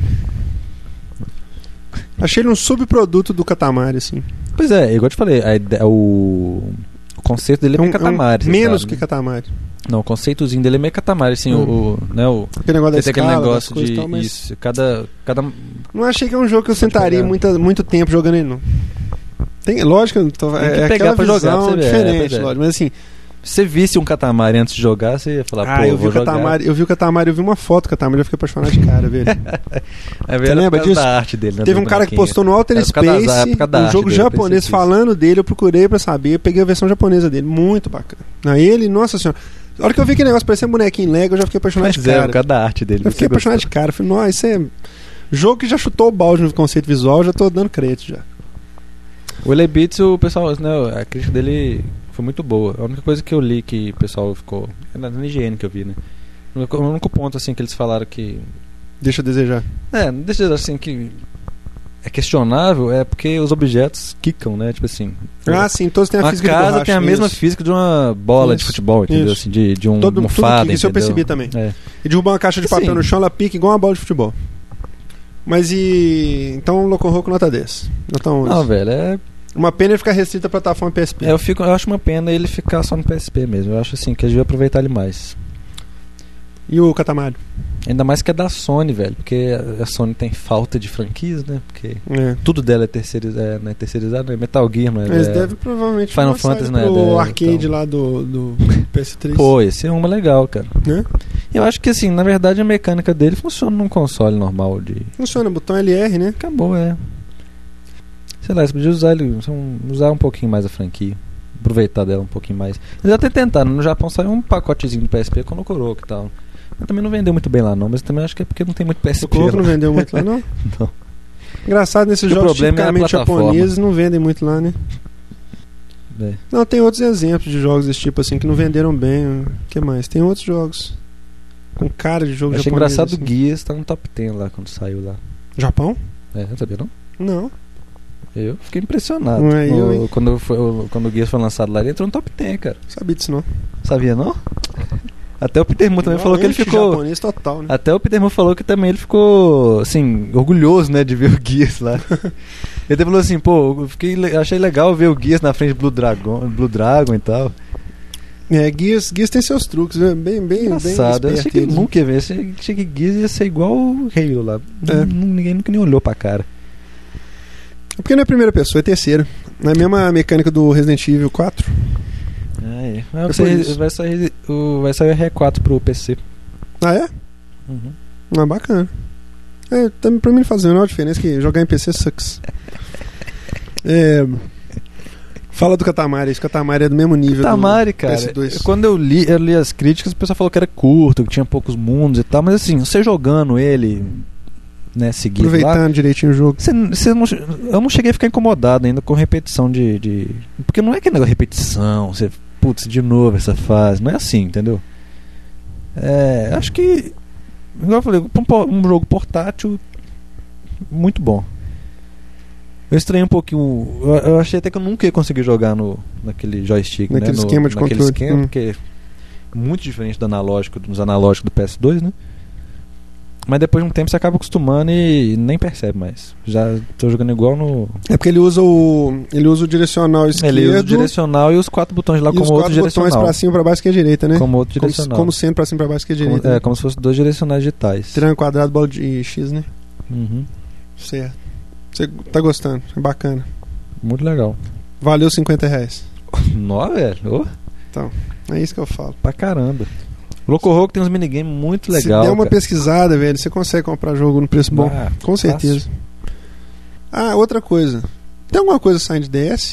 Achei ele um subproduto do Katamari, assim. Pois é, igual eu te falei, a ideia, o... o conceito dele é, é meio um, Katamari. É um menos sabe, que né? Katamari. Não, o conceitozinho dele é meio Katamari, assim, hum. o, o, né, o... Aquele negócio da aquele escala, negócio de... Tal, mas... Isso, cada, cada... Não achei que é um jogo que eu sentaria muita, muito tempo jogando ele, não. Tem, lógico, tô, Tem que é pegar aquela pra jogar, visão pra você ver, diferente, é, é. lógico, mas assim... Se você visse um Katamari antes de jogar, você ia falar, ah, pô, eu vi vou o Katamari, jogar. eu vi o Katamari, eu vi uma foto do Katamari, eu fiquei apaixonado de cara, velho. É você lembra disso? Da arte dele, né, teve um cara que postou no Outer Space da, um jogo dele, japonês falando dele, eu procurei pra saber, eu peguei a versão japonesa dele, muito bacana. Aí ele, nossa senhora, a hora que eu vi aquele negócio parecendo um bonequinho Lego, eu já fiquei apaixonado Mas de cara. É, por causa da arte dele. Eu fiquei apaixonado gostou. de cara, eu falei, nossa, isso é jogo que já chutou o balde no conceito visual, já tô dando crédito já. O Lebits, o pessoal, né, a crítica dele foi muito boa. A única coisa que eu li que o pessoal ficou... É na N G N que eu vi, né? O único ponto, assim, que eles falaram que... Deixa a desejar. É, deixa eu assim, que... É questionável, é porque os objetos quicam, né? Tipo assim... Ah, sim, todos têm a física de borracha. A casa tem a isso. mesma física de uma bola isso. de futebol, entendeu? Assim, de, de um Todo, almofada, tudo Isso eu percebi também. É. E derrubar uma caixa de papel sim. no chão, ela pica igual uma bola de futebol. Mas e... Então, Locoroco nota dez. Nota onze. Não, velho, é... Uma pena ele ficar restrito à plataforma P S P. É, eu, fico, eu acho uma pena ele ficar só no P S P mesmo. Eu acho assim que eles deviam aproveitar ele mais. E o Katamari? Ainda mais que é da Sony, velho. Porque a Sony tem falta de franquias, né? Porque é. tudo dela é terceirizado, é, não é terceirizado, é Metal Gear, mas Eles é, devem provavelmente Final Fantasy, né? O arcade então. lá do, do P S três. Pô, esse é uma legal, cara. É? Eu acho que assim, na verdade a mecânica dele funciona num console normal de... Funciona, botão L R, né? Acabou, é. Sei lá, você podia usar, ele, usar um pouquinho mais a franquia. Aproveitar dela um pouquinho mais. Eles até tentaram. No Japão saiu um pacotezinho do P S P com o Locoroco e tal. Mas também não vendeu muito bem lá não. Mas também acho que é porque não tem muito P S P. O Locoroco não vendeu muito lá não? Não. Engraçado, nesses o jogos tipicamente é japoneses não vendem muito lá, né? É. Não, tem outros exemplos de jogos desse tipo assim que não venderam bem. O que mais? Tem outros jogos com cara de jogo Achei japonês. Achei engraçado assim. o Guias tá no top dez lá quando saiu lá. Japão? É, não sabia não? Não. Eu fiquei impressionado. Não é eu, no, quando, foi, quando o Guias foi lançado lá, ele entrou no top dez, cara. Sabia disso não. Sabia não? Até o Peter Moore também não, falou que ele ficou... japonês total, né? Até o Peter Moore falou que também ele ficou, assim, orgulhoso, né, de ver o Guias lá. Ele até falou assim, pô, eu fiquei, achei legal ver o Guias na frente do Blue Dragon, Blue Dragon e tal. É, Guias, Guias tem seus truques, né? Bem, bem, engraçado. bem eu achei que ele nunca ia ver. Achei que Guias ia ser igual o Halo lá. É. Ninguém nunca nem olhou pra cara. É porque não é primeira pessoa, é terceira. É a mesma mecânica do Resident Evil quatro. Ah, é. Ah, você, vai, sair, o, vai sair o R E quatro pro P C. Ah, é? Uhum. Ah, bacana. É, também pra mim não faz a menor diferença que jogar em P C sucks. É... Fala do Katamari, esse Katamari é do mesmo nível Katamari, do cara, P S dois. Quando eu li, eu li as críticas, o pessoal falou que era curto, que tinha poucos mundos e tal, mas assim, você jogando ele, né, seguido aproveitando lá, direitinho o jogo. Você, você não, eu não cheguei a ficar incomodado ainda com repetição de, de... Porque não é aquele negócio de repetição, você, putz, de novo essa fase, não é assim, entendeu? É, acho que, igual eu falei, um, um jogo portátil muito bom. Eu estranhei um pouquinho. Eu, eu achei até que eu nunca ia conseguir jogar no, naquele joystick, naquele né? No, esquema de naquele controle. esquema, hum. porque é muito diferente do analógico, dos analógicos do P S dois, né? Mas depois de um tempo você acaba acostumando e nem percebe mais. Já tô jogando igual no... É porque ele usa o ele usa o direcional esquerdo. Ele usa o direcional e os quatro botões lá como outro direcional. E os quatro botões pra cima, pra baixo, que é direita, né? Como outro direcional. Como, como sendo pra cima, pra baixo, que é direita. Como, né? É, como se fossem dois direcionais digitais. Triângulo, quadrado, bola de X, né? Uhum. Certo. Você tá gostando? É bacana. Muito legal. Valeu cinquenta reais. Nó, velho. Oh. Então, é isso que eu falo. Pra caramba. Loco Roco tem uns minigames muito legais. Se der uma cara. pesquisada, velho, você consegue comprar jogo no preço bom. Ah, com certeza. Fácil. Ah, outra coisa. Tem alguma coisa saindo de D S?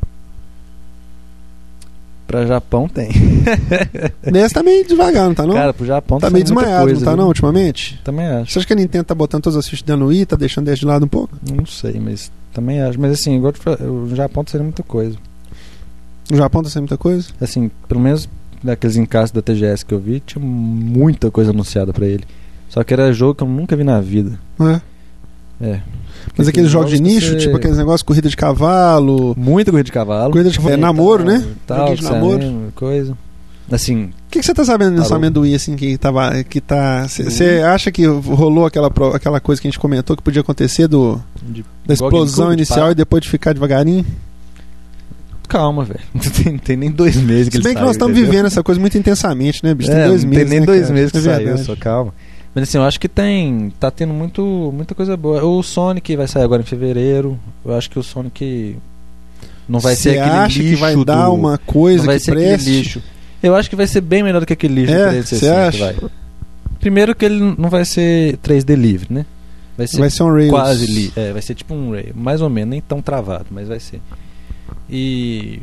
Pra Japão tem. D S tá meio devagar, não tá não? Cara, pro Japão tá tá meio muita desmaiado, coisa, não tá viu? não, ultimamente? Também acho. Você acha que a Nintendo tá botando todas as fichas dando I, tá deixando D S de lado um pouco? Não sei, mas também acho. Mas assim, igual eu te falei, o Japão tá sendo muita coisa. No Japão tá sendo muita coisa? Assim, pelo menos daqueles encaixes da T G S que eu vi, tinha muita coisa anunciada pra ele. Só que era jogo que eu nunca vi na vida. É. É. Mas aqueles jogos de nicho, você... tipo aqueles negócios, corrida de cavalo. Muita corrida de cavalo. Corrida de cavalo. É, namoro, tal, né? Tal, de namoro. Anime, coisa. Assim. O que, que você tá sabendo do lançamento do Wii, assim, que tava. Que tá. Você acha que rolou aquela, pro, aquela coisa que a gente comentou que podia acontecer do, de, da explosão inicial de e depois de ficar devagarinho? Calma, velho. Não tem, tem nem dois meses que Se bem ele que nós estamos vivendo essa coisa muito intensamente, né, bicho? Tem é, dois não meses. Tem nem né, dois cara? meses que é saiu, verdade. só calma. Mas assim, eu acho que tem. Tá tendo muito, muita coisa boa. O Sonic vai sair agora em fevereiro. Eu acho que o Sonic não vai Cê ser aquele acha lixo. que vai dar do, uma coisa não vai que ser preste? aquele lixo. Eu acho que vai ser bem melhor do que aquele lixo É, do trezentos e sessenta, você acha? vai. Primeiro que ele não vai ser três D livre, né? Vai ser, Vai ser um Rails. quase li, é, vai ser tipo um Rails, mais ou menos, nem tão travado, mas vai ser. E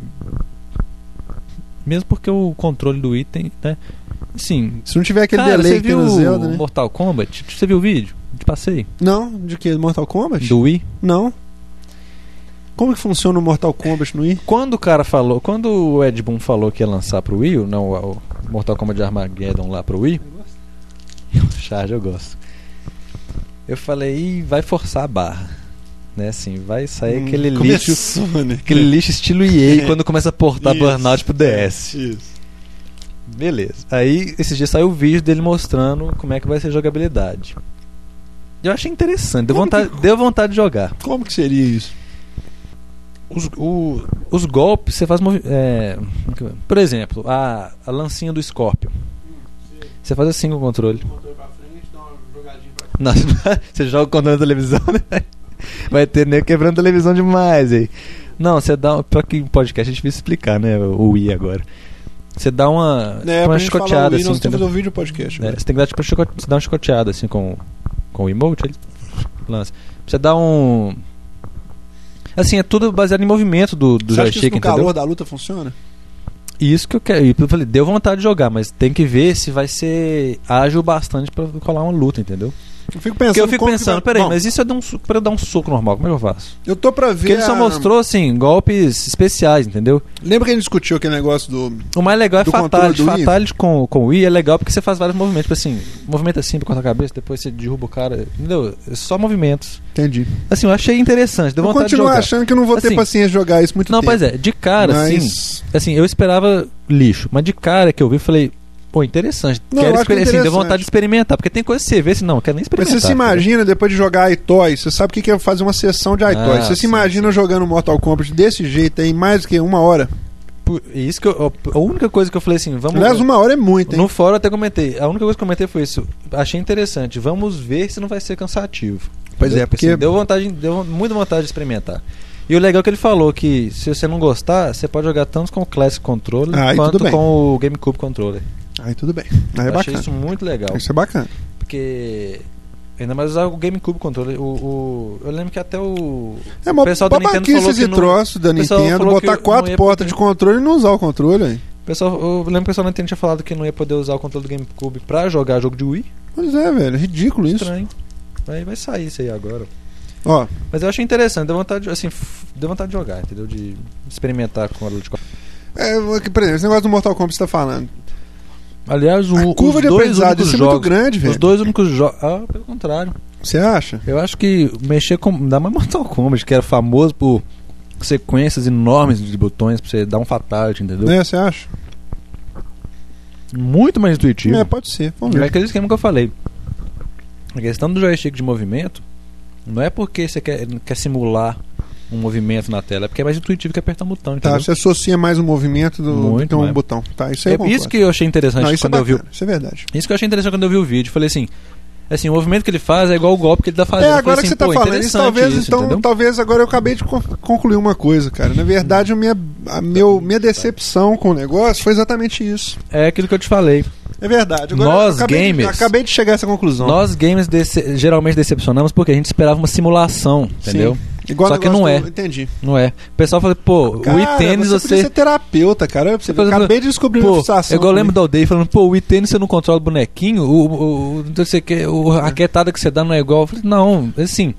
mesmo porque o controle do item, né? Assim, Se não tiver aquele cara, delay você que tem viu no Zelda, né? Mortal Kombat? Você viu o vídeo? Te passei. Não, de que? Mortal Kombat? Do Wii? Não. Como que funciona o Mortal Kombat no Wii? Quando o cara falou, quando o Ed Boon falou que ia lançar pro Wii, não, o Mortal Kombat Armageddon lá pro Wii. Charge, eu gosto. Eu falei, Ih, vai forçar a barra. Né, assim, vai sair hum, aquele começou, lixo, né? aquele lixo estilo E A quando começa a portar Isso. Burnout pro D S. Isso. Beleza. Aí, esses dias saiu o vídeo dele mostrando como é que vai ser a jogabilidade. Eu achei interessante, deu vontade, que... deu vontade de jogar. Como que seria isso? Os, o, os golpes, você faz... É, por exemplo, a, a lancinha do Scorpion. Você faz assim com o controle. Não, você joga o controle na televisão, né? Vai ter nego quebrando televisão demais aí. Não, você dá. Pra que podcast é difícil explicar, né? O Wii agora. Você dá uma. É, uma chicoteada assim. Nós temos que fazer um vídeo podcast. É, você tem que dar tipo chicote, você dá uma chicoteada assim com, com o emote, ele lança. Você dá um. Assim, é tudo baseado em movimento do, do você joystick, acha que isso no entendeu? calor da luta funciona? Isso que eu quero. Eu falei, deu vontade de jogar, mas tem que ver se vai ser ágil bastante pra rolar uma luta, entendeu? Eu fico pensando. Porque eu fico pensando, vai... peraí, Bom, mas isso é dar um, pra eu dar um soco normal, como é que eu faço? Eu tô pra ver. Porque ele só a... mostrou, assim, golpes especiais, entendeu? Lembra que a gente discutiu aquele negócio do. O mais legal é do Fatality. controle do Fatality com, com o Wii é legal porque você faz vários movimentos. Tipo assim, movimento assim pra cortar a cabeça, depois você derruba o cara. Entendeu? É só movimentos. Entendi. Assim, eu achei interessante, deu eu vontade de continuo jogar. achando que eu não vou ter Assim, paciência de jogar isso muito não, tempo. pois é, de cara, mas... assim, assim, eu esperava lixo, mas de cara que eu vi, eu falei, pô, interessante. Não, quero eu acho que é assim, deu interessante. vontade de experimentar, porque tem coisa que você vê assim, não, eu quero nem Mas experimentar. você se imagina, depois de jogar iToys, você sabe o que é fazer uma sessão de iToys. Ah, você se sim, imagina sim. jogando Mortal Kombat desse jeito aí, mais do que uma hora. Por isso que eu, a única coisa que eu falei assim, vamos. Aliás, uma hora é muito, hein? No fórum eu até comentei. A única coisa que eu comentei foi isso. Achei interessante. Vamos ver se não vai ser cansativo. Pois Entendeu? é, porque. Assim, deu vontade, deu muita vontade de experimentar. E o legal é que ele falou que se você não gostar, você pode jogar tanto com o Classic Controller Ah, quanto tudo bem. com o GameCube Controller. Aí tudo bem. Aí é eu achei bacana. isso muito legal. Isso é bacana. Porque. Ainda mais usar o GameCube Controller. O, o, eu lembro que até o. É o uma pessoal da Nintendo falou babaquice que esse não- troço da o pessoal Nintendo, falou que botar não quatro ia portas poder- de controle e não usar o controle, hein? Pessoal, eu lembro que o pessoal da Nintendo tinha falado que não ia poder usar o controle do GameCube pra jogar jogo de Wii. Pois é, velho. É ridículo isso. Estranho. Aí vai sair isso aí agora. Ó, Mas eu achei interessante, deu vontade, de- assim, f- deu vontade de jogar, entendeu? De experimentar com a luta de quatro. é, que, por exemplo, esse negócio do Mortal Kombat que você tá falando. Aliás, o, A curva os de dois aprendizado únicos isso é jogos, muito grande, velho. os dois únicos jogos, ah, pelo contrário. Você acha? Eu acho que mexer com, ainda mais Mortal Kombat, que era famoso por sequências enormes de botões pra você dar um fatality, entendeu? É, você acha? Muito mais intuitivo. É, pode ser. Vamos É ver. aquele esquema que eu falei. A questão do joystick de movimento não é porque você quer, quer simular um movimento na tela, é porque é mais intuitivo que apertar um botão, entendeu? Tá, você associa mais o movimento do, do que um mais. botão. Tá, isso, é, isso que eu achei interessante não, isso quando é eu vi. Isso é verdade. Isso que eu achei interessante quando eu vi o vídeo. Falei assim, assim, o movimento que ele faz é igual o golpe que ele tá fazendo. É, agora assim, que você tá falando isso, talvez, isso, então, entendeu? talvez agora eu acabei de concluir uma coisa, cara. Na verdade, a minha, a meu, minha decepção com o negócio foi exatamente isso. É aquilo que eu te falei. É verdade. Agora, nós acabei, gamers, acabei de chegar a essa conclusão. Nós gamers dece- geralmente decepcionamos porque a gente esperava uma simulação, entendeu? Sim. Igual Só que não é. Do... Entendi. Não é. O pessoal fala, pô, cara, o e-tênis você... você ser terapeuta, cara. Você falando, acabei de descobrir pô, uma fixação. É igual eu lembro da Aldeia falando, pô, o e-tênis você não controla o bonequinho, o, o, o, não sei o que, o, a raquetada que você dá não é igual. Eu falei, não, assim...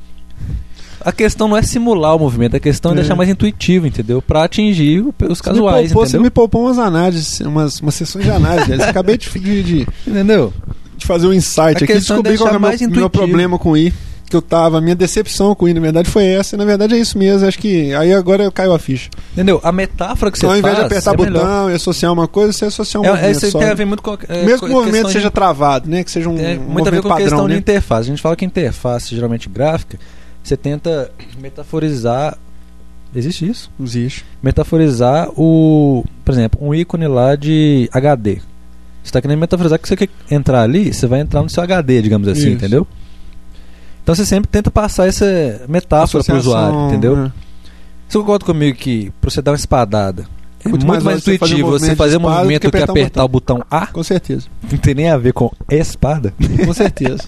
A questão não é simular o movimento, a questão é, é deixar mais intuitivo, entendeu? Pra atingir os casuais, me poupou, entendeu? Você me poupou umas análises, umas, umas sessões de análise. Eu acabei de, de, de... Entendeu? De fazer um insight a aqui, descobri qual é o meu, meu problema com o I. Que eu tava, a minha decepção com o I, na verdade, foi essa. E na verdade é isso mesmo. Acho que aí agora eu caio a ficha. Entendeu? A metáfora que você então, faz. Ao invés de apertar é botão melhor. e associar uma coisa, você associar um é, movimento. Isso só, tem né? a ver muito com. É, Mesmo que o movimento de... seja travado, né? Que seja um. É, um muito a ver com a padrão, questão né? de interface. A gente fala que interface, geralmente gráfica, você tenta metaforizar. Existe isso? Existe. Metaforizar o. Por exemplo, um ícone lá de H D. Você está querendo metaforizar que você quer entrar ali, você vai entrar no seu H D, digamos assim, isso. Entendeu? Então você sempre tenta passar essa metáfora para o usuário, entendeu? É. Você concorda comigo que para você dar uma espadada é muito, muito mais, mais intuitivo você fazer um movimento do que apertar, que apertar o, botão. o botão A? Com certeza. Não tem nem a ver com espada? Com certeza.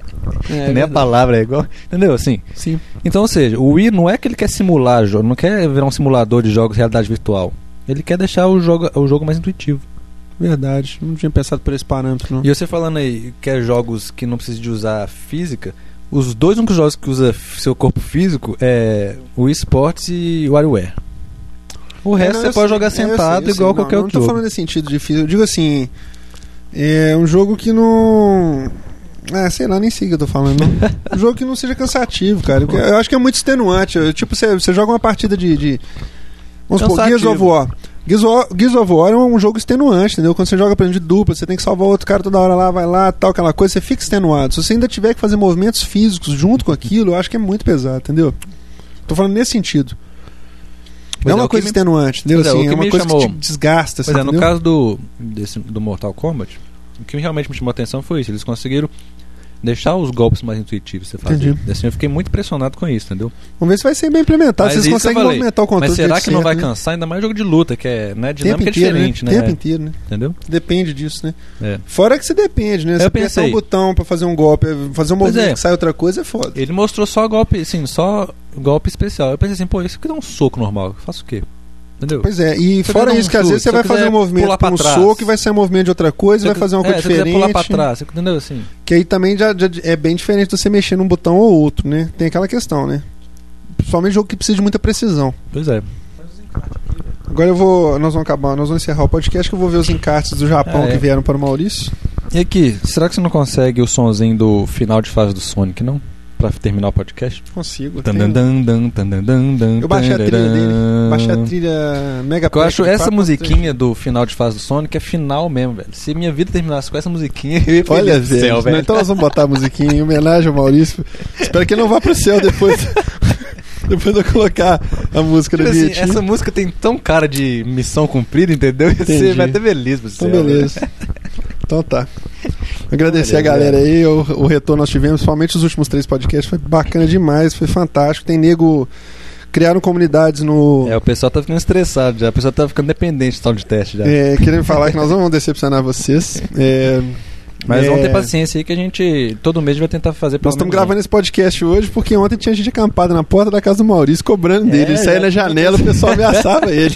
É, nem a palavra é igual. Entendeu? Assim. Sim. Então, ou seja, o Wii não é que ele quer simular jogo, não quer virar um simulador de jogos de realidade virtual. Ele quer deixar o jogo, o jogo mais intuitivo. Verdade. Não tinha pensado por esse parâmetro, não. E você falando aí que é jogos que não precisam de usar física, os dois únicos jogos que usa seu corpo físico é o eSports e o WarioWare. O resto é, não, você pode sei, jogar sentado eu sei, eu sei, igual não, qualquer não, outro jogo. Não tô jogo. falando nesse sentido de físico. Eu digo assim, é um jogo que não... Ah, sei lá, nem sei o que eu tô falando. Um jogo que não seja cansativo, cara. Eu acho que é muito extenuante. Eu, tipo, você, você joga uma partida de... de vamos supor, Gears of War. Gears of, Gears of War é um jogo extenuante, entendeu? Quando você joga, por exemplo, de dupla, você tem que salvar outro cara toda hora lá, vai lá, tal, aquela coisa, você fica extenuado. Se você ainda tiver que fazer movimentos físicos junto com aquilo, eu acho que é muito pesado, entendeu? Tô falando nesse sentido. Não é uma coisa me... extenuante, entendeu? Assim, é, é uma coisa chamou... que te desgasta. Pois assim, é, no caso do, desse, do Mortal Kombat, o que realmente me chamou a atenção foi isso. Eles conseguiram deixar os golpes mais intuitivos você fazer. Assim, eu fiquei muito impressionado com isso, entendeu? Vamos ver se vai ser bem implementado. Vocês conseguem movimentar o controle. Mas será que certo, não vai né? cansar? Ainda mais jogo de luta, que é né, dinâmica inteiro, diferente, né? né? O tempo inteiro, né? Entendeu? Depende disso, né? É. Fora que você depende, né? Você apertar um botão pra fazer um golpe, fazer um movimento é. que sai outra coisa é foda. Ele mostrou só golpe, assim, só golpe especial. Eu pensei assim, pô, isso aqui dá um soco normal. Eu faço o quê? Entendeu? Pois é, e você fora isso, um que às vezes você vai fazer um movimento com um soco e vai sair um movimento de outra coisa, vai fazer uma coisa é, diferente. Se pular pra trás, entendeu assim? Que aí também já, já é bem diferente de você mexer num botão ou outro, né? Tem aquela questão, né? Principalmente jogo que precisa de muita precisão. Pois é. Agora eu vou. Nós vamos acabar, nós vamos encerrar o podcast que eu vou ver os encartes do Japão ah, é. que vieram para o Maurício. E aqui, será que você não consegue o sonzinho do final de fase do Sonic, não? Pra terminar o podcast? Consigo. Dan, dan, dan, dan, dan, dan, eu baixei a trilha dele. Baixei a trilha mega. Eu acho essa musiquinha do final de fase do Sonic é final mesmo, velho. Se minha vida terminasse com essa musiquinha, eu ia pro Olha, céu, velho. Então nós vamos botar a musiquinha em homenagem ao Maurício. Espero que ele não vá pro céu depois. Depois eu colocar a música tipo do assim, bilhetinho. essa música tem tão cara de missão cumprida, entendeu? Você vai ter beleza pro céu. Então beleza. Então tá. Agradecer Valeu, a galera velho. aí, o, o retorno nós tivemos, principalmente os últimos três podcasts, foi bacana demais, foi fantástico. Tem nego, criaram comunidades no... É, o pessoal tá ficando estressado já, o pessoal tá ficando dependente de tal de teste já. É, querendo falar que nós não vamos decepcionar vocês. É... Mas é... vamos ter paciência aí que a gente todo mês vai tentar fazer. Nós estamos gravando esse podcast hoje porque ontem tinha gente acampada na porta da casa do Maurício cobrando é, dele. Ele saía na janela, o pessoal ameaçava ele.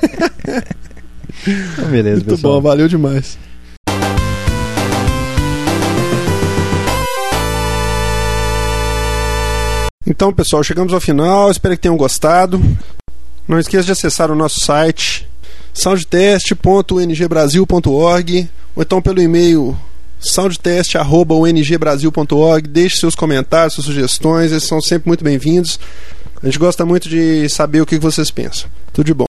Então, beleza, muito pessoal. bom, valeu demais. Então, pessoal, chegamos ao final. Espero que tenham gostado. Não esqueça de acessar o nosso site soundtest ponto u n g brasil ponto org ou então pelo e-mail soundtest arroba u n g brasil ponto org. Deixe seus comentários, suas sugestões, eles são sempre muito bem-vindos. A gente gosta muito de saber o que vocês pensam. Tudo de bom.